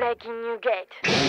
making you gay.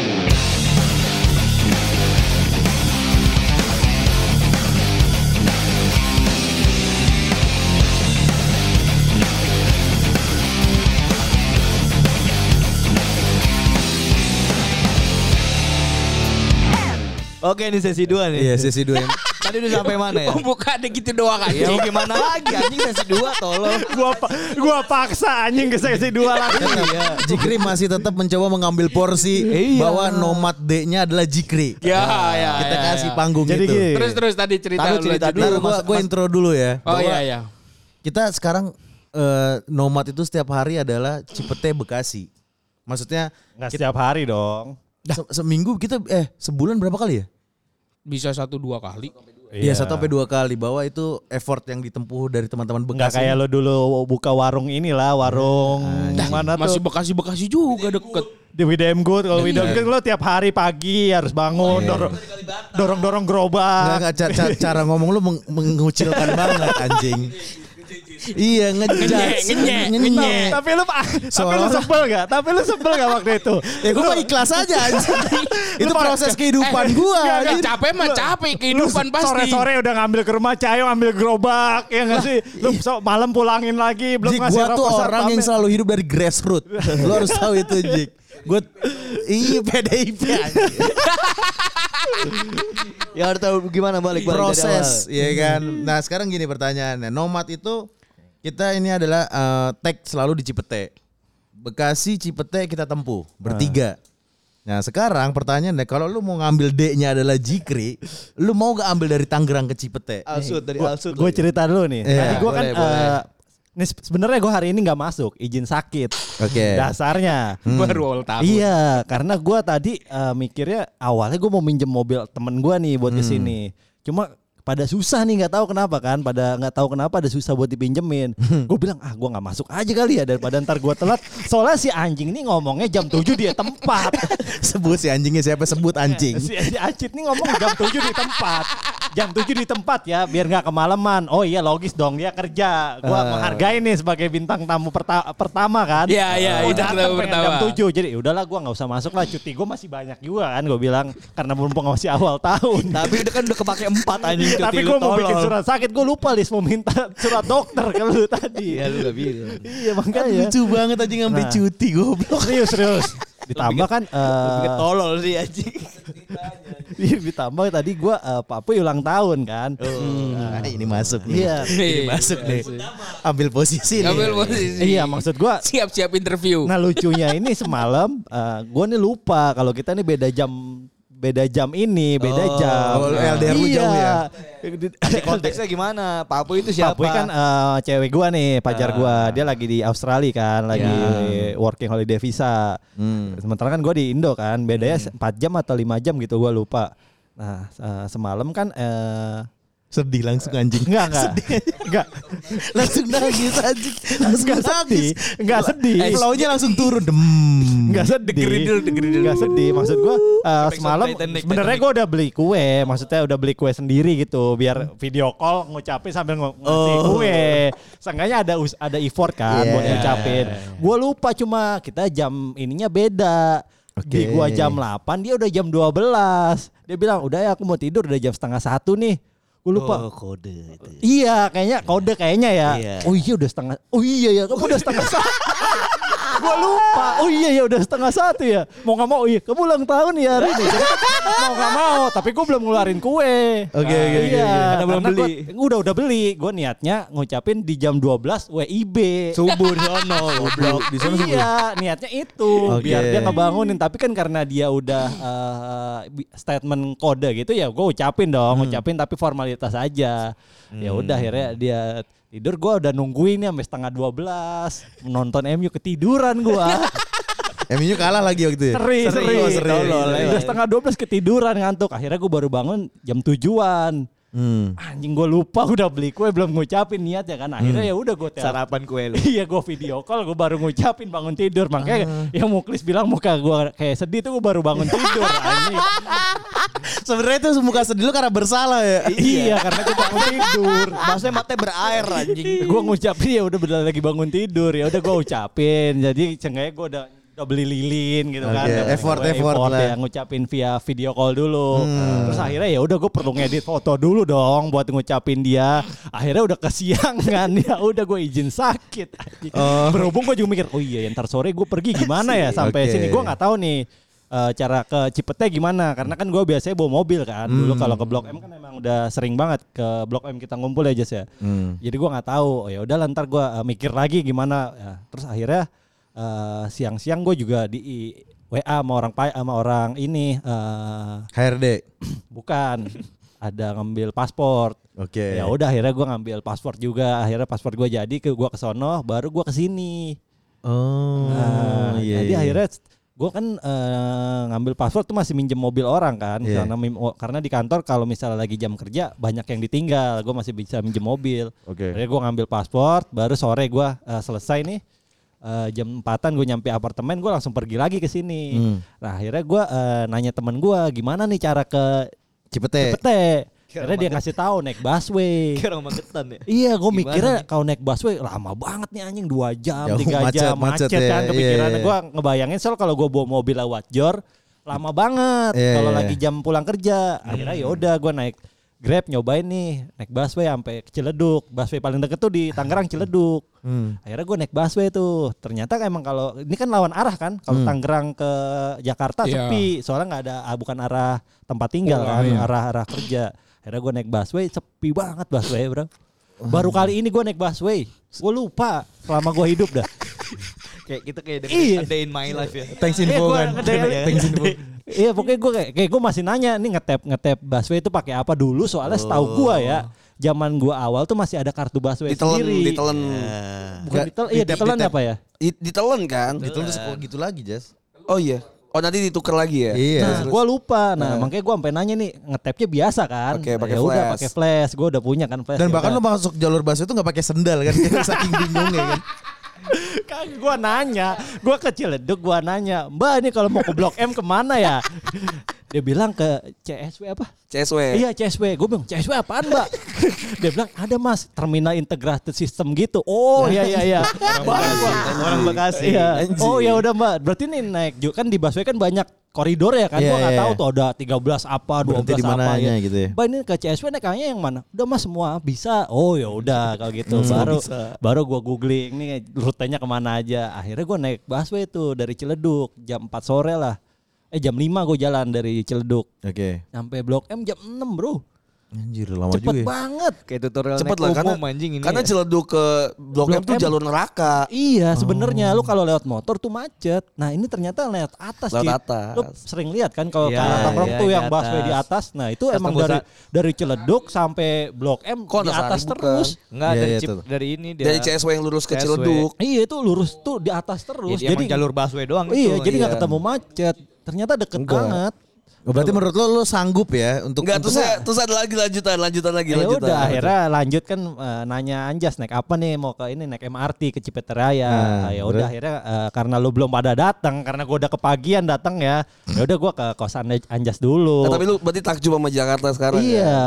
Oke, ini sesi 2 nih. Iya, sesi 2. Tadi udah sampai mana ya? Oh, bukan ada gitu doang aja. Ya gimana lagi anjing sesi 2 tolong. Gua paksa anjing ke sesi 2 lagi. Iya. Jikri masih tetap mencoba mengambil porsi bahwa nomad D-nya adalah Jikri. Ya. Kita kasih panggung Jadi itu. gini. Terus tadi cerita Dulu gue intro dulu ya. Oh Bahwa iya. Kita sekarang nomad itu setiap hari adalah Cipete Bekasi. Maksudnya Nggak setiap hari dong. seminggu kita sebulan berapa kali ya? Bisa 1-2 kali. Iya 1-2 kali, bahwa itu effort yang ditempuh dari teman-teman Nggak Bekasi. kayak lo dulu buka warung inilah, warung mana Masih tuh? Bekasi juga deket. Di Widem Good. Kalau Widem Good lo tiap hari pagi harus bangun dorong gerobak. Enggak, cara ngomong lu mengucilkan banget anjing. Iya Ngenyek. Tapi lu sebel gak? Tapi lu sebel gak waktu itu? Ya gue mah ikhlas aja anjing. Itu proses kehidupan gua. Capek mah capek kehidupan pasti. Sore-sore udah ngambil ke rumah Cayo, ambil gerobak, ya nggak sih? Lu malam pulangin lagi, belum Jik, ngasih gua tuh rokok orang yang selalu hidup dari grassroots. Lu harus tahu itu, Jik. Gue PDIP aja. Ya harus tahu gimana balik Proses, ya kan. Nah sekarang gini pertanyaannya, nomad itu kita ini adalah tag selalu di Cipete, Bekasi, Cipete kita tempuh bertiga. Nah sekarang pertanyaannya, kalau lu mau ngambil D-nya adalah Jikri, lu mau gak ambil dari Tangerang ke Cipete? Alsut dari Alsut. Gue cerita dulu nih. Iya, Tadi gue kan ini sebenarnya gue hari ini nggak masuk, izin sakit. Oke. Dasarnya. Baru awal tahun. Iya, karena gue tadi mikirnya awalnya gue mau minjem mobil temen gue nih buat kesini. Cuma pada susah nih, nggak tahu kenapa kan, ada susah buat dipinjemin. Gue bilang gue nggak masuk aja kali ya, daripada ntar gue telat. Soalnya si anjing nih ngomongnya jam 7 di tempat. Sebut si anjingnya siapa, sebut anjing. Si Acit nih ngomong jam 7 di tempat. Jam 7 di tempat ya, biar nggak kemalaman. Oh iya logis dong, dia kerja. Gue menghargai nih sebagai bintang tamu pertama kan. Iya, Oh, bintang tamu pertama. Jam 7, jadi udahlah gue nggak usah masuk lah, cuti gue masih banyak juga kan, gue bilang, karena mumpung masih awal tahun. Tapi udah kan udah kepake 4 anjing cuti. Tapi gue mau bikin surat sakit, gue lupa Lis mau minta surat dokter ke lu tadi. Iya lu gak bilang. Iya makanya. Lucu banget aja ngambil cuti goblok. Serius. Ditambah kan Lebih tolol sih anjing. ditambah tadi gue Papu ulang tahun kan. Nah, ini masuk nih. Iya. Ini masuk nih. Ambil posisi nih. Ambil posisi. Iya maksud gue. Siap-siap interview. Nah lucunya ini semalam gue nih lupa kalau kita nih beda jam ini, beda jam. Oh, LDR lu jauh ya? Kasih konteksnya gimana? Papu itu siapa? Papu kan cewek gue nih, pacar gue. Dia lagi di Australia kan, lagi working holiday visa. Sementara kan gue di Indo kan, bedanya 4 jam atau 5 jam gitu, gue lupa. Nah semalam kan Sedih langsung anjing. Enggak. Langsung nangis anjing. Langsung nangis. Enggak sedih. Flow-nya langsung turun. Enggak sedih. Enggak sedih. Maksud gue semalam sebenarnya gue udah beli kue. Maksudnya udah beli kue sendiri gitu, biar video call ngucapin sambil ngasih kue. Seenggaknya ada effort kan buat ngucapin. Gue lupa, cuma kita jam ininya beda. Di gua jam 8, dia udah jam 12. Dia bilang, "Udah ya aku mau tidur, udah jam 12:30 nih." Gue lupa. Kode itu. Iya, kayaknya ya. Iya. Oh iya udah setengah. Oh iya ya, kamu udah setengah satu. Gue lupa. Oh iya ya udah setengah satu ya. Mau nggak mau, iya kamu ulang tahun ya hari ini. Mau nggak mau, tapi gue belum ngeluarin kue. Oke. Iya, Karena belum karena beli. Udah beli. Gue niatnya ngucapin di jam 12 WIB. Subuh di sono, goblok. Di sono subuh. Iya, niatnya itu Oke. biar dia ngebangunin. Tapi kan karena dia udah statement kode gitu ya, gue ucapin tapi formalitas aja. Ya udah akhirnya dia tidur, gue udah nungguin ya sampai setengah 12 menonton MU, ketiduran gue. MU kalah lagi waktu itu. Seri. Tolol. Udah setengah 12 ketiduran ngantuk. Akhirnya gue baru bangun jam 7-an. Anjing gue lupa udah beli kue, belum ngucapin niatnya kan. Akhirnya ya udah gue Sarapan kue lu. Iya gue video call, gue baru ngucapin bangun tidur. Makanya yang Muklis bilang muka gue kayak sedih tuh, gue baru bangun tidur. Sebenarnya itu muka sedih lu karena bersalah ya. Iya karena gue bangun tidur. Maksudnya matanya berair anjing. Gue ngucapin ya udah bener lagi bangun tidur, ya udah gue ucapin. Jadi seenggaknya gue udah udah beli lilin gitu kan. Oke, effort lah. Ya, ngucapin via video call dulu. Terus akhirnya ya udah gue perlu ngedit foto dulu dong buat ngucapin dia. Akhirnya udah kesiangan ya udah gue izin sakit. Berhubung gue juga mikir, oh iya ntar sore gue pergi gimana ya sampai sini. Gue nggak tahu nih cara ke Cipete gimana karena kan gue biasanya bawa mobil kan. Dulu kalau ke Blok M kan emang udah sering banget ke Blok M kita ngumpul ya Jas ya. Jadi gue nggak tahu. Oh ya udah ntar gue mikir lagi gimana. Ya, terus akhirnya siang-siang gue juga di WA sama orang ini HRD. Bukan ada ngambil paspor. Oke. Ya udah akhirnya gue ngambil paspor juga. Akhirnya paspor gue jadi gue ke sono baru gue kesini. Jadi akhirnya gue kan ngambil paspor tuh masih minjem mobil orang kan. Karena di kantor kalau misalnya lagi jam kerja banyak yang ditinggal. Gue masih bisa minjem mobil. Akhirnya gue ngambil paspor baru sore gue selesai nih. Jam 4-an gue nyampe apartemen gue langsung pergi lagi ke sini. Nah akhirnya gue nanya temen gue gimana nih cara ke Cipete. Karena dia ngasih tahu naik busway. Kayak orang Magetan ya. Iya gue mikirnya kalau naik busway lama banget nih anjing 2 jam 3 jam macet kan kepikiran. Gue ngebayangin soal kalau gue bawa mobil lewat jor lama banget kalau lagi jam pulang kerja. Akhirnya ya udah gue naik Grab nyobain nih naik busway sampai ke Ciledug. Busway paling deket tuh di Tangerang Ciledug. Akhirnya gue naik busway tuh. Ternyata emang kalau ini kan lawan arah kan. Kalau Tangerang ke Jakarta sepi. Soalnya nggak ada bukan arah tempat tinggal kan, arah kerja. Akhirnya gue naik busway sepi banget busway bro. Baru kali ini gue naik busway. Gue lupa selama gue hidup dah. Kayak kita kayak a day in my life ya. Thanks info kan. Thanks info. Iya pokoknya gue masih nanya nih ngetap busway itu pakai apa dulu soalnya setahu gue ya zaman gue awal tuh masih ada kartu busway sendiri. Ditelen. Bukan ditelen apa ya? Ditelen kan? Ditelen terus gitu lagi Jas. Oh iya. Oh nanti ditukar lagi ya? Iya. Nah gue lupa. Makanya gue sampai nanya nih ngetapnya biasa kan? Oke, pakai ya udah flash. pakai flash. Gue udah punya kan flash. Dan bahkan lo masuk jalur busway itu nggak pakai sendal kan? Saking bingungnya kan. Kan gue nanya, gue ke Ciledug gue nanya, Mbak ini kalau mau ke Blok M kemana ya? Dia bilang ke CSW apa? CSW. Iya CSW, gue bilang CSW apaan Mbak? Dia bilang ada Mas, terminal integrated system gitu. Oh iya. Orang Bekasi. Iya. Oh ya udah Mbak, berarti nih naik kan di busway kan banyak koridor ya kan? Gue nggak tahu tuh ada 13 apa, 12 apa ya. Gitu ya. Mbak ini ke CSW naiknya yang mana? Udah Mas semua bisa. Oh ya udah kalau gitu. Baru gue googling nih rutenya kemana aja. Akhirnya gue naik busway tuh dari Ciledug jam 4 sore lah. Jam 5 gue jalan dari Ciledug. Oke. Sampai Blok M jam 6 bro. Anjir lama Cepet juga ya. banget. Kayak tutorial Cepet naik lah umum anjing ini. karena ya. Ciledug ke Blok M tuh jalur neraka. Iya sebenarnya lu kalau lewat motor tuh macet. Nah ini ternyata lewat atas. Lewat Cid. atas. Lu sering lihat kan kalau Iya, ke arah Tangerang iya, tuh di yang busway atas. di atas. Nah itu Pas emang tembus dari Ciledug sampai Blok M Kok di atas Antasari terus. Enggak Iya, dari iya, chip tuh. dari ini dia. Dari CSW yang lurus ke CSW. Ciledug. Iya itu lurus tuh di atas terus. Jadi emang jalur busway doang Iya itu. jadi nggak iya. ketemu macet. Ternyata deket Enggak. banget. Oh, berarti menurut lo sanggup ya untuk Enggak, terus ada lagi lanjutan lagi. Ya udah akhirnya lanjut kan nanya Anjas naik apa nih mau ke ini naik MRT ke Cipete Raya. Nah, Ya udah akhirnya karena lu belum pada datang karena gua udah kepagian datang ya. Ya udah gua ke kosan Anjas dulu. Tapi lu berarti takjub sama Jakarta sekarang ya? Iya.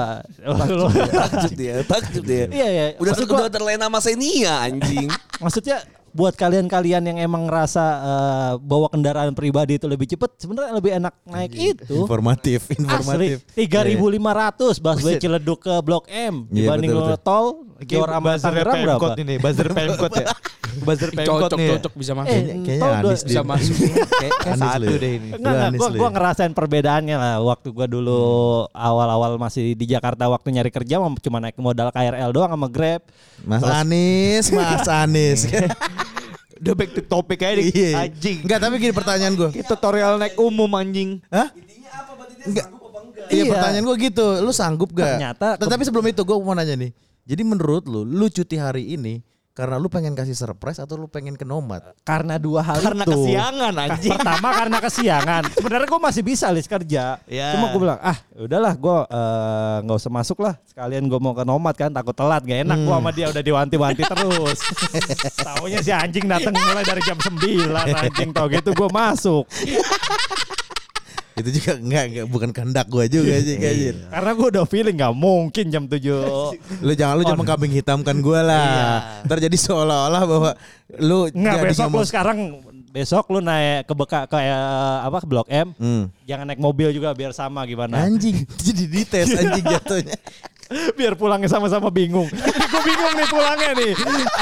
Takjub dia. Iya. Udah terlena sama Xenia anjing. Maksudnya buat kalian-kalian yang emang ngerasa bawa kendaraan pribadi itu lebih cepet, sebenarnya lebih enak naik itu. informatif. Asli 3.500 busway Ciledug ke Blok M Iya, dibanding betul, lo tol Jor sama Tangerang berapa? Ini buzzer Pemkot ya. Buzzer Pemkot nih. Cocok bisa masuk. Kayaknya tol Anis Bisa masuk. Kayak Anis satu lu ya. deh ini. Enggak, Anis lu gue ya. ngerasain perbedaannya lah. Waktu gue dulu awal-awal masih di Jakarta waktu nyari kerja cuma naik modal KRL doang sama Grab. Mas Anis. Udah back to topic aja nih. Iya. Anjing. Enggak, tapi gini pertanyaan gue. Kita tutorial naik umum anjing. Hah? Enggak. Iya, pertanyaan gue gitu. Lu sanggup gak? Ternyata Tapi sebelum itu gue mau nanya nih. Jadi menurut lu cuti hari ini karena lu pengen kasih surprise atau lu pengen ke Nomad? karena dua hal Karena itu. kesiangan anjing. Pertama karena kesiangan. Sebenarnya gue masih bisa list kerja. Ya. Cuma gue bilang udahlah gue nggak usah masuk lah. Sekalian gue mau ke Nomad kan takut telat gak enak. Gue sama dia udah diwanti-wanti terus. Taunya si anjing datang mulai dari jam 9 anjing tau gitu gue masuk. Itu juga enggak bukan kehendak gue juga sih kayaknya. Karena gue udah feeling gak mungkin jam 7. Lu jangan kambing hitamkan gue lah. Ntar jadi seolah-olah bahwa lu Enggak jadi besok ngomong- lu sekarang besok lu naik ke ke Blok M. Jangan naik mobil juga biar sama gimana. Anjing, jadi dites anjing jatuhnya. Biar pulangnya sama-sama bingung. Gue bingung nih pulangnya nih.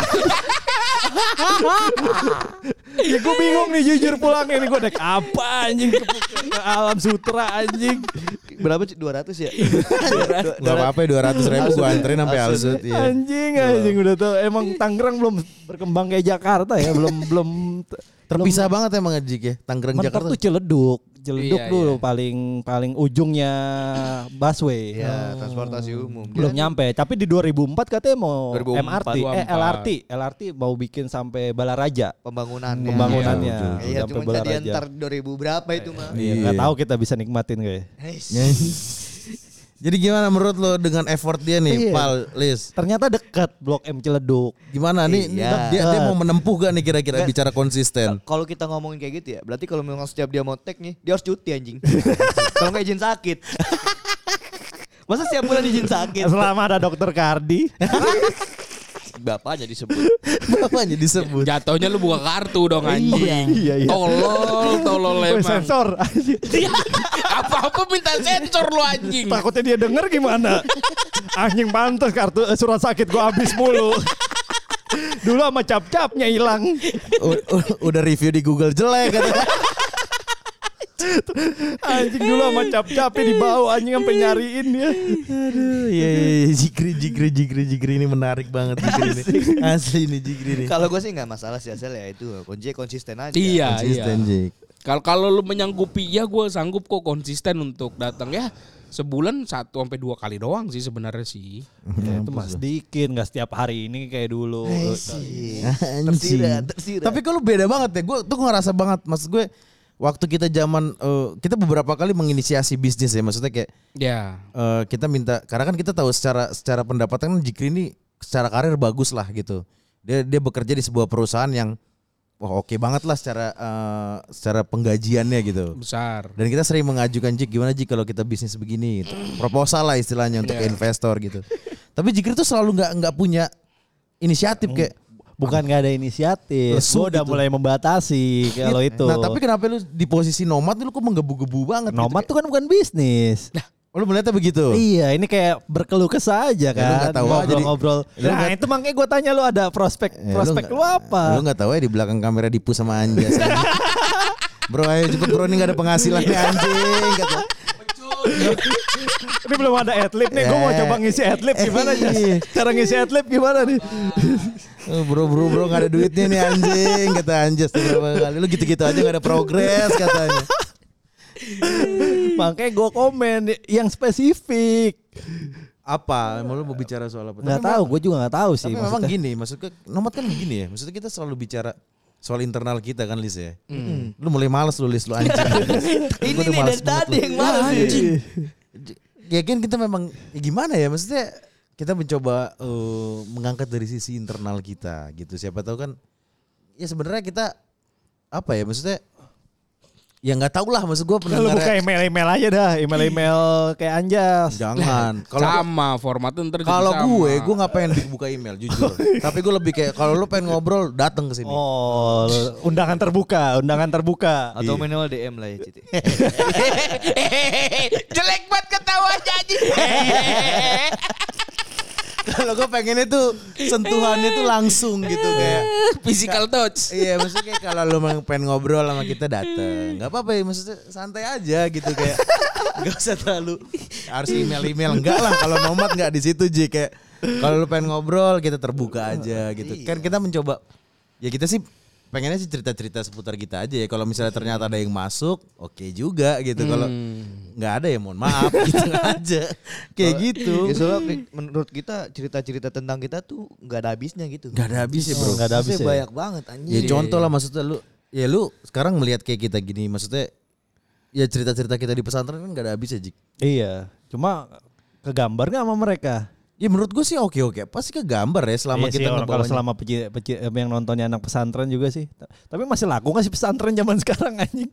Gue bingung nih jujur pulangnya nih. Gue naik apa anjing ke Alam Sutra anjing. Berapa sih? 200 ya? Gak apa-apa 200.000 gue anterin sampai Alsut. Iya. Anjing udah tau. Emang Tangerang belum berkembang kayak Jakarta ya. Belum Terpisah banget emang Jik ya. Tangerang mentok Jakarta. tuh Ciledug Iya, dulu paling ujungnya busway. Ya, transportasi umum. Belum nyampe, tapi di 2004 katanya mau 2004. LRT mau bikin sampai Balaraja Pembangunannya. Iya, sampai cuma jadi Balaraja. antar 2000 berapa itu mah. Iya, nggak tahu kita bisa nikmatin kayak. Jadi gimana menurut lo dengan effort dia nih, Pal, Lis? Ternyata dekat Blok M Ciledug. Gimana nih? Iya. Dia mau menempuh gak nih kira-kira bicara konsisten? Kalau kita ngomongin kayak gitu ya, berarti kalau memang setiap dia mau tag nih, dia harus cuti anjing. Kalau nggak izin sakit. Masa setiap bulan izin sakit? Selama ada Dokter Kardi. Bapaknya disebut. Bapaknya disebut. Jatuhnya lu buka kartu dong anjing. Iya. Tolol Woi, emang. sensor. Apa-apa minta sensor lu anjing. Takutnya dia denger gimana? Anjing pantas kartu surat sakit gua habis mulu. Dulu sama cap-capnya hilang. Udah review di Google jelek katanya. Anjing dulu sama cap-capnya dibawa anjing sampai nyariin dia. Aduh, iya. Jikri ini menarik banget Jikri ini. Asli nih Jikri ini. Kalau gue sih nggak masalah sih asal ya itu kuncinya konsisten aja. Iya. Konsisten Jik. Kalau lu menyanggupi ya gue sanggup kok konsisten untuk datang ya. Sebulan 1 sampai 2 kali doang sih sebenarnya sih. Ya, itu mas sedikit, nggak setiap hari ini kayak dulu. Tersirat. Tapi kalau beda banget ya. Gue tuh ngerasa banget. Maksud gue waktu kita zaman kita beberapa kali menginisiasi bisnis ya. Maksudnya kayak kita minta, karena kan kita tahu secara pendapatan Jikri ini secara karir bagus lah gitu. Dia bekerja di sebuah perusahaan yang oke banget lah secara penggajiannya gitu. Besar. Dan kita sering mengajukan Jik, gimana Jik kalau kita bisnis begini gitu. Proposal lah istilahnya untuk ke investor gitu. Tapi Jikri tuh selalu nggak punya inisiatif kayak bukan nggak ada inisiatif. Gue udah gitu. mulai membatasi kalau itu. Nah tapi kenapa lu di posisi nomad lu kok menggebu-gebu banget? Nomad gitu, tuh kan bukan bisnis. lu melihatnya begitu? Iya, ini kayak berkeluh kesah aja lu kan. nggak tahu aja Ngobrol-ngobrol. Nah, itu makanya gue tanya lu ada prospek lu apa? Lu nggak tahu ya di belakang kamera dipu sama Anjas. Bro, ayo cepet bro, ini nggak ada penghasilan nih anjing. Kata. Ini belum ada adlib nih, gue mau coba ngisi adlib gimana Jas? Cara ngisi adlib gimana nih? Bro nggak ada duitnya nih anjing, kata Anjas tuh berapa kali. Lu gitu-gitu aja nggak ada progres katanya. Makanya gue komen yang spesifik. Apa? Emang lu mau bicara soal apa? Nggak tahu, gue juga nggak tahu sih. Tapi memang gini, maksudnya nomad kan begini ya. Maksudnya kita selalu bicara soal internal kita kan Lis ya. Lu mulai males lu Lis, lu anjing. Ini nih dari tadi yang males anjing. Ya kan kita memang ya gimana ya, maksudnya kita mencoba mengangkat dari sisi internal kita gitu. Siapa tahu kan ya sebenarnya kita apa ya, maksudnya ya nggak tahu lah, maksud gue Lu buka email aja dah, email kayak Anjas. Jangan. Sama formatnya ntar jadi Kalau sama. gue nggak pengen buka email jujur. Tapi gue lebih kayak kalau lu pengen ngobrol datang ke sini. Oh, undangan terbuka. Atau minimal DM lah ya Citi. Jelek banget ketawanya anjing. Kalau gue pengennya tuh sentuhannya tuh langsung gitu kayak Physical touch. iya, maksudnya kayak kalau lu pengen ngobrol sama kita datang. Enggak apa-apa ya, maksudnya santai aja gitu kayak enggak usah terlalu harus email enggak lah, kalau nomad enggak di situ Ji, kayak kalau lu pengen ngobrol kita terbuka aja gitu. Kan kita mencoba ya, kita sih pengennya sih cerita-cerita seputar kita aja ya. Kalau misalnya ternyata ada yang masuk, oke juga gitu. Kalau nggak ada ya mohon maaf gitu aja. Kayak gitu. Ya soalnya menurut kita cerita-cerita tentang kita tuh nggak ada habisnya gitu. Nggak ada habisnya bro. Nggak ada habisnya. Maksudnya banyak banget anjing. Ya contoh lah, maksudnya lu sekarang melihat kayak kita gini, maksudnya ya cerita-cerita kita di pesantren kan nggak ada habisnya Jik. Iya, cuma kegambar nggak sama mereka? Ya menurut gue sih oke. Pasti kegambar ya selama Iya kita sih, kalau ngebawanya. selama yang nontonnya anak pesantren juga sih. Tapi masih laku nggak sih pesantren zaman sekarang anjing?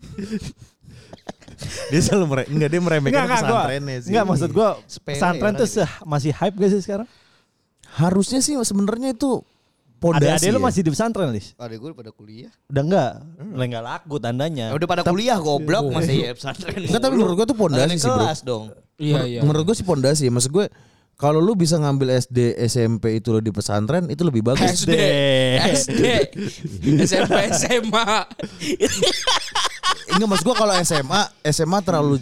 Dia selalu dia meremehkan pesantrennya sih. Enggak, maksud gue Sepele pesantren orang tuh masih hype gak sih sekarang? Harusnya sih sebenarnya itu pondasi. Adik lu ya? masih di pesantren, Lis? Adek gue pada kuliah. Udah enggak? Mulai enggak laku tandanya. Udah pada kuliah goblok masih pesantren. Enggak, tapi menurut gue tuh pondasi Ada sih, Bro. kelas dong. Iya. Menurut gue sih pondasi. Maksud gue kalau lu bisa ngambil SD, SMP itu lo di pesantren itu lebih bagus. SD, SMP, SMA. Enggak, maksud gue kalau SMA terlalu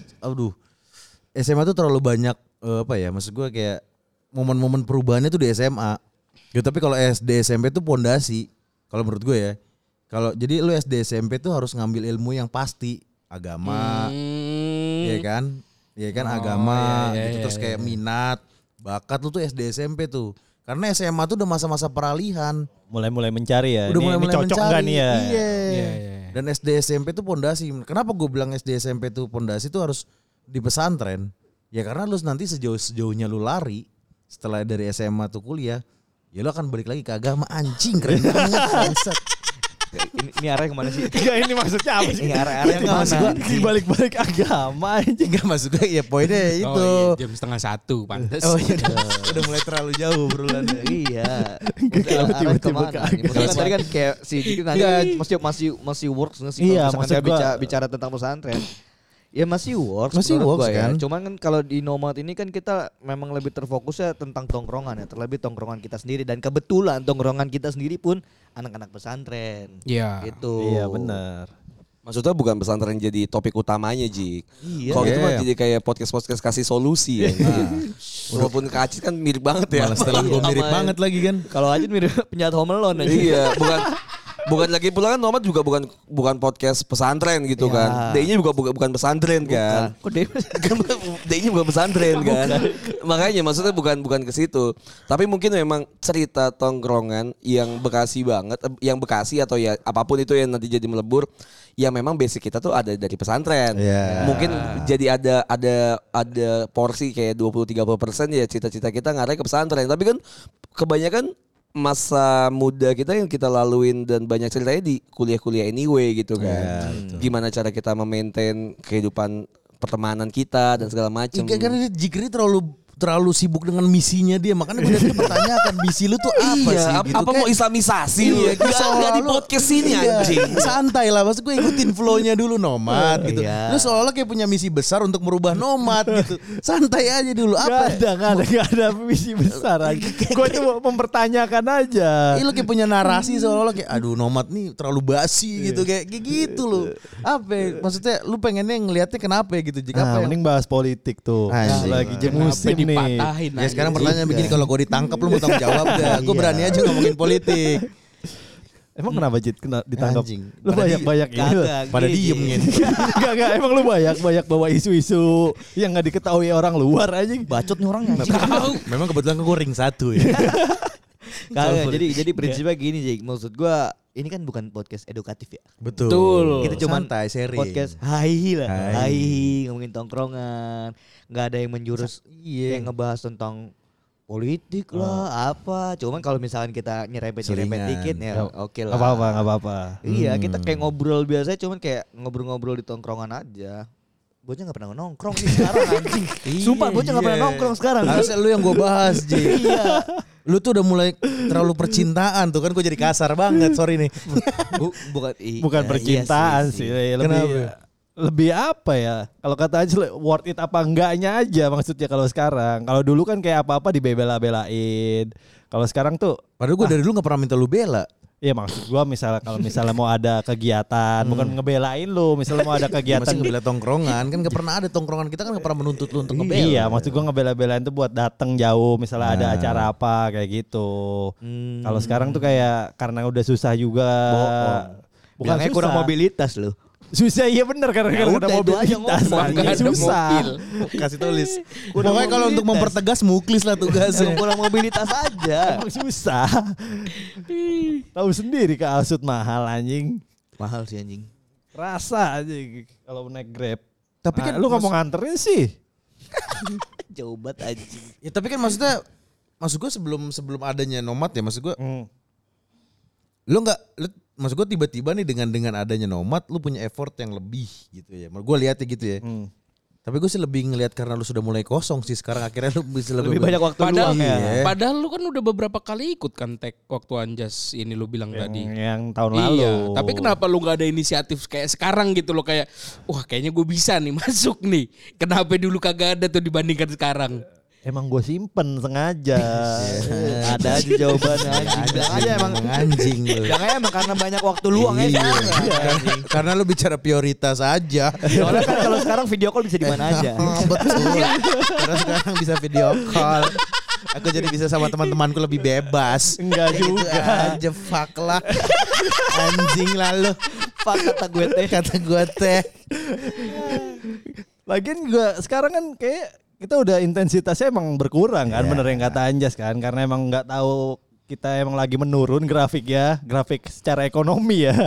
SMA tuh terlalu banyak maksud gue kayak momen-momen perubahannya tuh di SMA. Gitu, tapi kalau SD, SMP tuh pondasi. Kalau menurut gue ya. Jadi lu SD, SMP tuh harus ngambil ilmu yang pasti, agama. Iya kan? Iya kan, agama gitu, terus kayak minat, bakat lu tuh SD, SMP tuh. Karena SMA tuh udah masa-masa peralihan. Mulai mencari ya. Udah Ini mulai cocok mencari. enggak nih ya? Iya. Iya. Dan SD, SMP tuh pondasi. Kenapa gue bilang SD, SMP tuh pondasi tuh harus di pesantren? Ya karena lu nanti sejauhnya lu lari setelah dari SMA tuh kuliah, ya lu akan balik lagi ke agama. Anjing, keren banget bangsat. Ini arahnya kemana sih? Enggak, ini maksudnya apa sih? Ini arah-arahnya Nggak, maksud kemana? gua- Dibalik-balik agama aja. Enggak, maksud gue ya poinnya itu. Oh, iya, jam 12:30 pantes. Oh iya, udah mulai terlalu jauh obrolannya. Iya. Kalau Arah tiba-tiba kemana? ke nih? Maksudnya kan tadi kan kayak si Diki nanti masih works nggak sih? Iya, Kalau misalkan maksud dia gua- bicara tentang pesantren. Ya masih works. Masih menurut works, gua ya. kan? Cuman kan kalau di Nomad ini kan kita memang lebih terfokusnya tentang tongkrongan ya. Terlebih tongkrongan kita sendiri. Dan kebetulan tongkrongan kita sendiri pun anak-anak pesantren. Iya. Gitu. Iya, benar. Maksudnya bukan pesantren jadi topik utamanya, Jik. Iya. Kalau itu mah Iya. jadi kayak podcast kasih solusi ya. Walaupun Kak Acit kan mirip banget ya. Malah setelan gue mirip Sama- banget lagi kan. Kalau aja mirip penjahat Home Alone aja. Iya, bukan lagi pula kan Nomad juga bukan podcast pesantren gitu kan. D-nya juga bukan pesantren kan. Kok dia D-nya bukan pesantren kan. Makanya maksudnya bukan ke situ. Tapi mungkin memang cerita tongkrongan yang Bekasi banget, yang Bekasi atau ya apapun itu yang nanti jadi melebur, ya memang basic kita tuh ada dari pesantren. Iya. Mungkin jadi ada porsi kayak 20-30% ya cita-cita kita ngarah ke pesantren. Tapi kan kebanyakan masa muda kita yang kita laluin dan banyak ceritanya di kuliah-kuliah anyway gitu kan. Gimana cara kita memaintain kehidupan pertemanan kita dan segala macam. Iya, karena Jikri terlalu sibuk dengan misinya dia, makanya gue dari pertanyakan misi lu tuh apa Iya, sih? apa gitu. mau islamisasi lu? Iya, Gak di podcast ini anjing. Santai lah, maksud gue ikutin flow-nya dulu Nomad gitu. Iya. Lu seolah kayak punya misi besar untuk merubah Nomad gitu. Santai aja dulu. Apa? Gak ada misi besar aja. Gue tuh mau mempertanyakan aja. Lu kayak punya narasi seolah-olah kayak aduh Nomad nih terlalu basi gitu kayak gitu lu. Apa? Maksudnya lu pengennya ngelihatnya kenapa ya gitu? Jika apa Nah, yang mending bahas politik tuh. Anjing. Lagi jam Kenapa musim nih. dipatahin ya aja? sekarang pertanyaan begini, kalau gue ditangkap lu mau tanggung jawab gak? Gue berani aja ngomongin politik. Emang kenapa Jit kena ditangkap? Anjing. Lu banyak ini. Kagak, Pada gini, diem gini. gitu. Enggak, emang lu banyak bawa isu-isu yang gak diketahui orang luar aja. Bacot nih orangnya. Memang kebetulan gue ring 1 ya. Kagak, jadi prinsipnya gini Jake. Maksud gua ini kan bukan podcast edukatif ya. Betul. Kita cuman santai sharing. podcast hai lah. Hai. Hai, ngomongin tongkrongan. Nggak ada yang menjurus yang ngebahas tentang politik lah apa. Cuman kalau misalkan kita nyerempet Selingan. dikit ya oke lah. Gak apa-apa. Iya, kita kayak ngobrol biasa cuman kayak ngobrol-ngobrol di tongkrongan aja. Bocah gak pernah nongkrong nih sekarang anjing. Sumpah bocah gak pernah nongkrong sekarang. Harusnya lu yang gue bahas Ji. Iya. Lu tuh udah mulai terlalu percintaan tuh kan, gue jadi kasar banget, sorry nih. Bukan percintaan sih. Lebih apa ya? Kalau kata aja worth it apa enggaknya aja maksudnya kalau sekarang. Kalau dulu kan kayak apa-apa dibela-belain. Kalau sekarang tuh Padahal gue dari dulu gak pernah minta lu bela. iya maksud gua kalau misalnya mau ada kegiatan, bukan ngebelain lu, misalnya mau ada kegiatan Masih ngebela tongkrongan, kan gak pernah ada tongkrongan kita kan gak pernah menuntut lu untuk ngebela. Iya, maksud gua ngebela-belain tuh buat datang jauh, misalnya ada acara apa kayak gitu. Kalau sekarang tuh kayak karena udah susah juga. Bukan Bilangnya susah. kurang mobilitas lu. Susah iya bener karena Ya ada udah, itu aja mobilitas. ngomong. Makanya Nggak ada susah. mobil. Kasih tulis. Kurang Pokoknya kalau untuk mobilitas. mempertegas muklis lah tugasnya. Kurang mobilitas aja. Emang susah. Tahu sendiri ke Alsut mahal anjing. Mahal sih anjing. Rasa aja kalau naik Grab. Tapi kan lu ngomong nganterin sih. Jauh banget anjing. Ya tapi kan maksudnya, maksud gue sebelum adanya Nomad ya, maksud gue lu nggak, maksud gue tiba-tiba nih dengan adanya Nomad lu punya effort yang lebih gitu ya. Gue lihatnya gitu ya. Tapi gue sih lebih ngelihat karena lu sudah mulai kosong sih sekarang akhirnya lu bisa Lebih banyak waktu Padahal, luang ya. padahal lu kan udah beberapa kali ikut kan tag waktu Anjas ini lu bilang tadi. Yang tahun lalu. Iya, tapi kenapa lu gak ada inisiatif kayak sekarang gitu loh kayak wah kayaknya gue bisa nih masuk nih. Kenapa dulu kagak ada tuh dibandingkan sekarang? Emang gue simpen sengaja. Ada aja jawabannya anjing. Bilang aja emang anjing lu. Bilang aja emang karena banyak waktu luang ya. Karena lu bicara prioritas aja. Soalnya kan kalau sekarang video call bisa di mana aja. Betul. Karena sekarang bisa video call. Aku jadi bisa sama teman-temanku lebih bebas. Enggak Gitu juga. aja fuck lah. Anjing lalu. Fuck kata gue teh. Kata gue teh. Lagian juga sekarang kan kayak kita udah intensitasnya emang berkurang kan, bener yang kata Anjas kan, karena emang nggak tahu kita emang lagi menurun grafik secara ekonomi ya.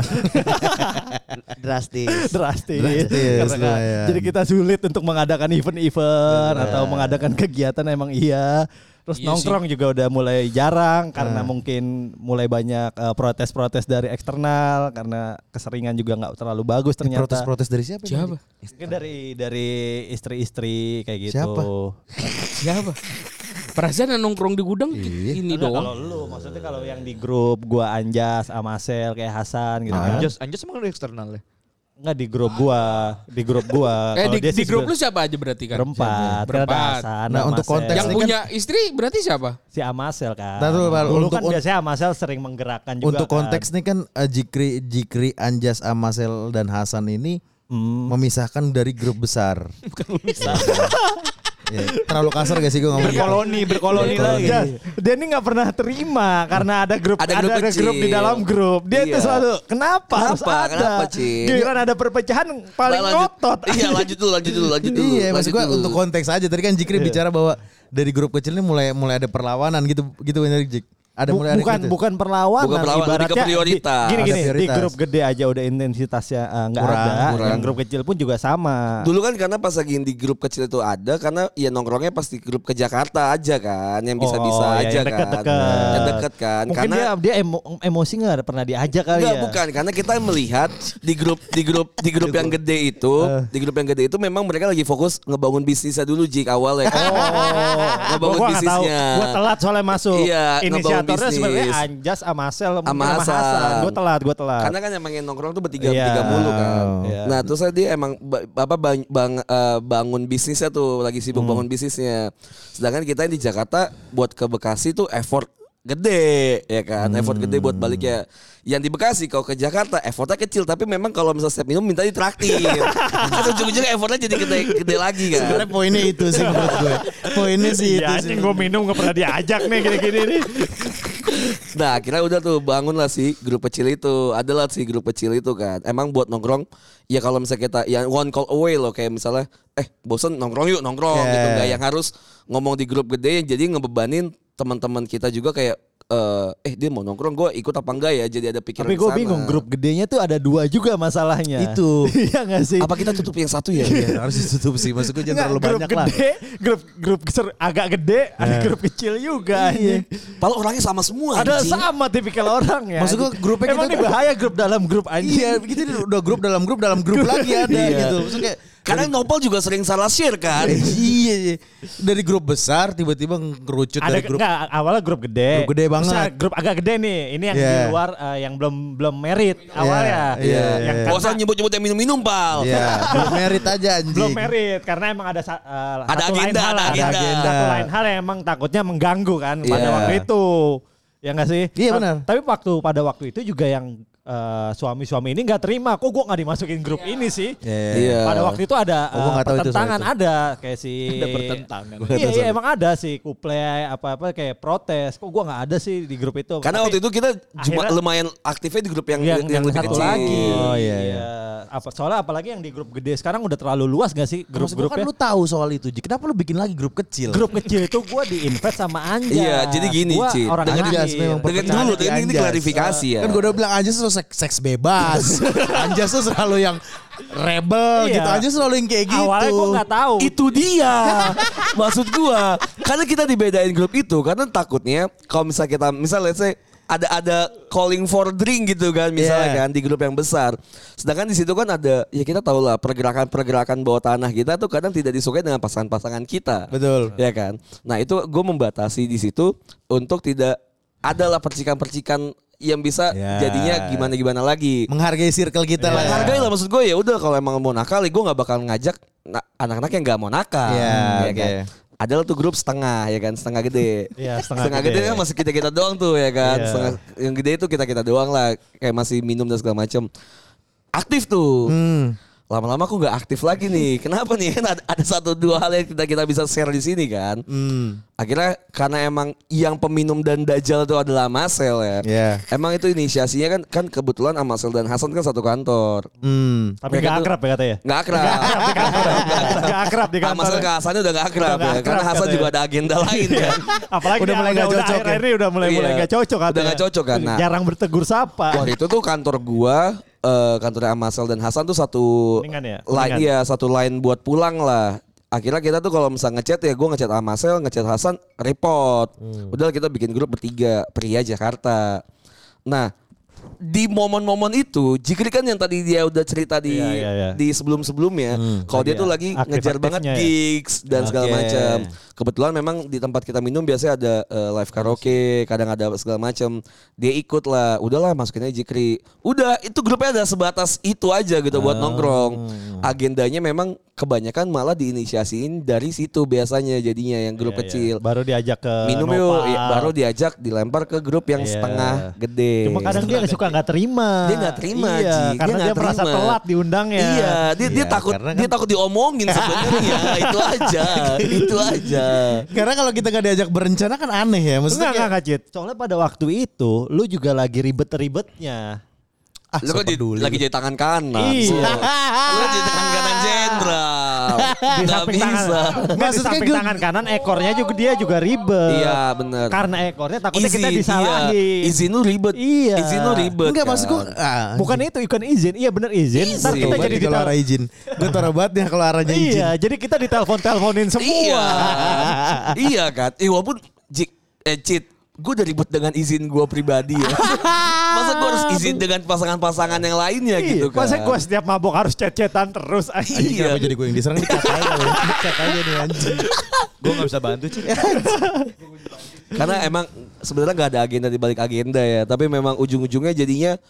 Drastis. Drastis. Karena kan, jadi kita sulit untuk mengadakan event-event atau mengadakan kegiatan emang iya. Terus Iya nongkrong juga udah mulai jarang karena mungkin mulai banyak protes-protes dari eksternal karena keseringan juga nggak terlalu bagus ternyata. Protes-protes dari siapa? Siapa? Mungkin dari istri-istri kayak gitu. Siapa? Perasaan yang nongkrong di gudang ini Enggak, doang. kalau lu maksudnya kalau yang di grup gua Anjas, Amasel kayak Hasan gitu kan. Anjas emang ada eksternal ya? Enggak di grup gua. Kalau dia Di sih grup lu siapa aja berarti kan? berempat. Kan ada Berempat. Hasan, Nah, untuk Amasel. konteks Yang ini punya istri berarti siapa? si Amasel kan. Ntar dulu, Bal. Dulu kan Untuk- biasanya Amasel sering menggerakkan juga. Untuk konteks nih kan Jikri, Anjas, Amasel dan Hasan ini memisahkan dari grup besar. Bukan memisahkan. Ya, terlalu kasar gak sih gue ngomong Berkoloni lagi. Dia ini nggak pernah terima karena ada grup Ada grup kecil. grup di dalam grup. Dia itu Iya. selalu kenapa harus Kenapa? ada? Kenapa, Cin? Giliran ada perpecahan paling ngotot. Iya lanjut dulu. Iya, maksud gue Lanjut dulu. untuk konteks aja. Tadi kan Jikri bicara bahwa dari grup kecil ini mulai ada perlawanan gitu bener Jik. Ada mulai ada gitu. Bukan perlawanan, Bukan perlawanan, lebih ke ibaratnya prioritas. Gini Ada di prioritas. grup gede aja udah intensitasnya nggak Kurang, ada. kurang. Yang grup kecil pun juga sama. Dulu kan karena pas lagi di grup kecil itu ada karena ya nongkrongnya pasti grup ke Jakarta aja kan, yang bisa-bisa Oh, ya, aja yang kan. deket-deket. Yang deket kan. Mungkin karena dia emosi nggak pernah diajak kali enggak ya. bukan karena kita melihat di grup yang gede itu, di grup yang gede itu memang mereka lagi fokus ngebangun bisnisnya dulu Jik awalnya. Ngebangun Gua nggak tahu. bisnisnya. Gua telat soalnya masuk. Iya, ngebangun Inisiatornya sebenarnya bisnis. Anjas, Amasel, Sama Hasan. Gue telat. Karena kan emang yang nongkrong tuh bertiga Iya. mulu kan. Iya. Nah terus dia emang bangun bisnisnya tuh lagi sibuk bangun bisnisnya. Sedangkan kita yang di Jakarta buat ke Bekasi tuh effort gede ya kan, effort gede buat balik ya. Yang di Bekasi kalau ke Jakarta effortnya kecil tapi memang kalau misalnya setiap minum minta ditraktir. Kan ujung-ujungnya effortnya jadi gede lagi kan. Sebenarnya poinnya itu sih menurut gue. Poinnya sih itu Iya, sih. gue minum gak pernah diajak nih gini-gini nih. Nah akhirnya udah tuh bangun lah si grup kecil itu. Adalah si grup kecil itu kan. Emang buat nongkrong. Ya kalau misalnya kita yang one call away loh. Kayak misalnya bosen nongkrong yuk nongkrong gitu. Gak yang harus ngomong di grup gede. Jadi ngebebanin teman-teman kita juga kayak dia mau nongkrong gue ikut apa enggak ya. Jadi ada pikiran Tapi gue kesana. bingung grup gedenya tuh ada 2 juga masalahnya. Itu. Iya gak sih? Apa kita tutup yang satu ya? Iya, harus ditutup sih. Maksud gue jangan terlalu grup banyak lah. gede, grup agak gede, ada grup kecil juga. Iya. Padahal orangnya sama semua Ada anjing. sama tipikal orang ya. Maksud gua grupnya emang kita ini tuh- bahaya grup dalam grup anjing. Iya, begitu udah grup dalam grup lagi ada gitu. Maksudnya kayak Kadang Nopal juga sering salah share kan. iya. Dari grup besar tiba-tiba ngerucut Ada dari grup. enggak, awalnya grup gede. Grup gede banget. Terus grup agak gede nih. Ini yang Iya. di luar yang belum merit awalnya. Iya, Yang iya. Gak usah nyebut-nyebut yang minum-minum Pal. Iya, belum merit aja anjing. belum merit karena emang ada Ada satu lain agenda, hal ada lah. agenda. Satu lain hal yang emang takutnya mengganggu kan pada Iya. waktu itu. Ya enggak sih? Iya, benar. Tapi pada waktu itu juga yang suami-suami ini nggak terima. Kok gue nggak dimasukin grup ini sih? Iya. Pada waktu itu ada Oh, gua nggak tahu itu soal pertentangan itu. ada kayak si Ada pertentangan. Iya, emang ada sih kuple apa kayak protes. Kok gue nggak ada sih di grup itu? Karena waktu itu kita cuma akhirnya- lumayan aktifnya di grup yang yang lebih satu kecil. lagi. Oh, iya. Soalnya apalagi yang di grup gede sekarang udah terlalu luas gak sih Maksud gua kan grup-grupnya? lu tahu soal itu. Ji. Kenapa lu bikin lagi grup kecil? Grup kecil itu gue di-invite sama Anja. Iya, jadi gini, Gua Cid. orang Dengan Anjas jelas memang Dengan perpecahan dulu, di ini Anjas. klarifikasi ya. Kan gue udah bilang Anjas tuh seks bebas. Anjas tuh selalu yang rebel Iya. gitu. Anjas selalu yang kayak gitu. Awalnya gue nggak tahu. Itu dia. Maksud gua, karena kita dibedain grup itu karena takutnya kalau misalnya kita let's say ada calling for drink gitu kan misalnya kan di grup yang besar. Sedangkan di situ kan ada ya kita tahu lah pergerakan bawah tanah kita tuh kadang tidak disukai dengan pasangan-pasangan kita. Betul. Ya kan. Nah itu gue membatasi di situ untuk tidak adalah percikan-percikan yang bisa jadinya gimana lagi. Menghargai circle kita lah. Menghargai lah maksud gue ya udah kalau emang mau nakal gue nggak bakal ngajak anak-anak yang nggak mau nakal. Ya kan. Adalah tuh grup setengah ya kan, setengah gede. Iya, setengah gede kan masih kita doang tuh ya kan. Setengah yang gede itu kita doang lah kayak masih minum dan segala macam. Aktif tuh. Lama-lama aku nggak aktif lagi nih. Kenapa nih? Kan ada satu dua hal yang kita bisa share di sini kan. Akhirnya karena emang yang peminum dan dajal itu adalah Marcel ya. Emang itu inisiasinya kan kebetulan Marcel dan Hasan kan satu kantor. Tapi nggak akrab ya katanya. Nggak akrab. Nggak akrab di kantor. Marcel ke Hasannya udah nggak akrab ya. Karena Hasan juga ada agenda lain kan. Apalagi udah mulai nggak cocok. Akhir-akhir ini udah mulai nggak cocok katanya. Udah nggak cocok kan. Nah, jarang bertegur sapa. waktu itu tuh kantor gua kantornya Marcel dan Hasan tuh satu line ya, satu line buat pulang lah. Akhirnya kita tuh kalau misalnya ngechat ya gue ngechat Marcel, ngechat Hasan, report. Udah kita bikin grup bertiga, pria Jakarta. Nah, di momen-momen itu, Jikri kan yang tadi dia udah cerita di sebelum-sebelumnya, kalau dia tuh lagi ngejar banget gigs dan segala macam. Kebetulan memang di tempat kita minum biasanya ada live karaoke, kadang ada segala macam. Dia ikut lah, udahlah masukin aja Jikri. Udah, itu grupnya ada sebatas itu aja gitu buat nongkrong. Agendanya memang kebanyakan malah diinisiasiin dari situ biasanya jadinya yang grup kecil. Baru diajak ke minum yuk, baru diajak dilempar ke grup yang setengah gede. Cuma kadang dia suka nggak terima. Dia nggak terima, karena dia merasa telat diundangnya. Iya, dia takut diomongin sebenarnya. Itu aja. Karena kalau kita gak diajak berencana kan aneh ya. Maksudnya Enggak, Cid. Soalnya pada waktu itu lu juga lagi ribet-ribetnya. Lu kan lagi jadi tangan kanan. Iya. Lu jadi tangan kanan jenderal. Di samping tangan kanan ekornya juga dia juga ribet. Iya benar. Karena ekornya takutnya kita disalahin. Iya. Izin lu ribet. Iya. Izin lu ribet. Enggak maksud gue. Bukan itu ikan izin. Iya bener izin. Ntar kita jadi kalau arah izin. Gue taruh banget ya kalau arahnya izin. Iya. Jadi kita ditelepon-teleponin semua. Iya kan. Walaupun Cid, gue udah ribet dengan izin gue pribadi ya. Masa gue harus izin dengan pasangan-pasangan yang lainnya gitu kan. Masa gue setiap mabok harus chat-chatan terus. Iya. Kenapa jadi gue yang diserang dicat aja ya. Dicat aja nih anjing. Gue gak bisa bantu Cid. Karena emang sebenarnya gak ada agenda di balik agenda ya. Tapi memang ujung-ujungnya jadinya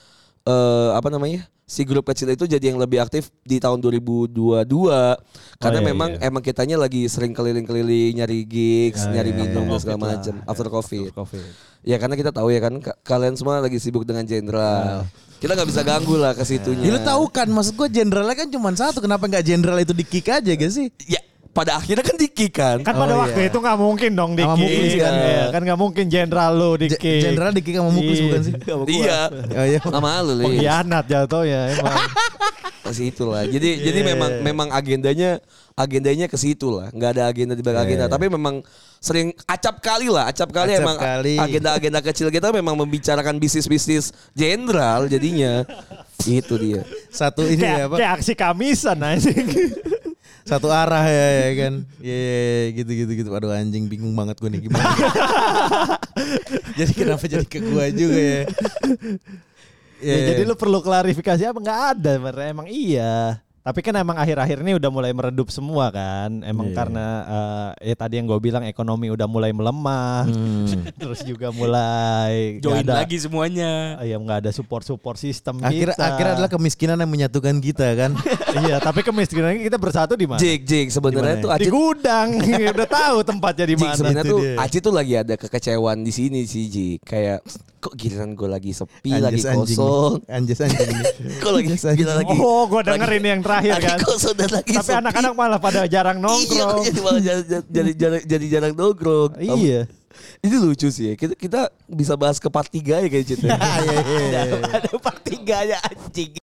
si grup kecil itu jadi yang lebih aktif di tahun 2022 karena emang kitanya lagi sering keliling-keliling nyari gigs, nyari minum dan segala macam after COVID. Ya karena kita tahu ya kan kalian semua lagi sibuk dengan jenderal. Kita nggak bisa ganggu lah ke situnya. Ya lu tahu kan maksud gue jenderalnya kan cuma satu, kenapa nggak jenderal itu di kick aja gak sih? Ya pada akhirnya kan di-kick kan. Kan pada waktu itu gak mungkin dong di-kick. Kan gak mungkin jenderal lu di-kick. Jenderal di-kick sama Muklis bukan sih? Iya. Sama lu. Pengkhianat jatuhnya emang. Masih itulah. Jadi memang agendanya ke situ lah. Enggak ada agenda di balik agenda, tapi memang sering acap kali emang agenda-agenda kecil kita memang membicarakan bisnis-bisnis jenderal jadinya. Itu dia. Satu ini ya, Pak. Kayak aksi Kamisan anjing. Satu arah ya kan. Iya gitu. Aduh anjing bingung banget gue nih gimana. Jadi kenapa jadi ke gue juga ya. Jadi lu perlu klarifikasi apa? Nggak ada, emang iya. Tapi kan emang akhir-akhir ini udah mulai meredup semua kan. Emang karena tadi yang gue bilang ekonomi udah mulai melemah. Terus juga mulai join lagi semuanya. Iya nggak ada support sistem Akhirnya adalah kemiskinan yang menyatukan kita kan. Iya tapi kemiskinan kita bersatu di mana? Jik sebenarnya tuh di gudang. Udah tahu tempatnya di mana. Sebenarnya tuh Aci tuh lagi ada kekecewaan di sini sih Jik. Kayak kok giliran gue lagi sepi, lagi kosong. Anjing. Kok lagi lagi. Oh gue dengerin yang terakhir kan. Tapi anak-anak malah pada jarang nongkrong. Iya, jadi jarang nongkrong. Iya. Ini lucu sih ya. Kita bisa bahas ke part 3 ya kayak gitu. Ada part 3 ya anjing.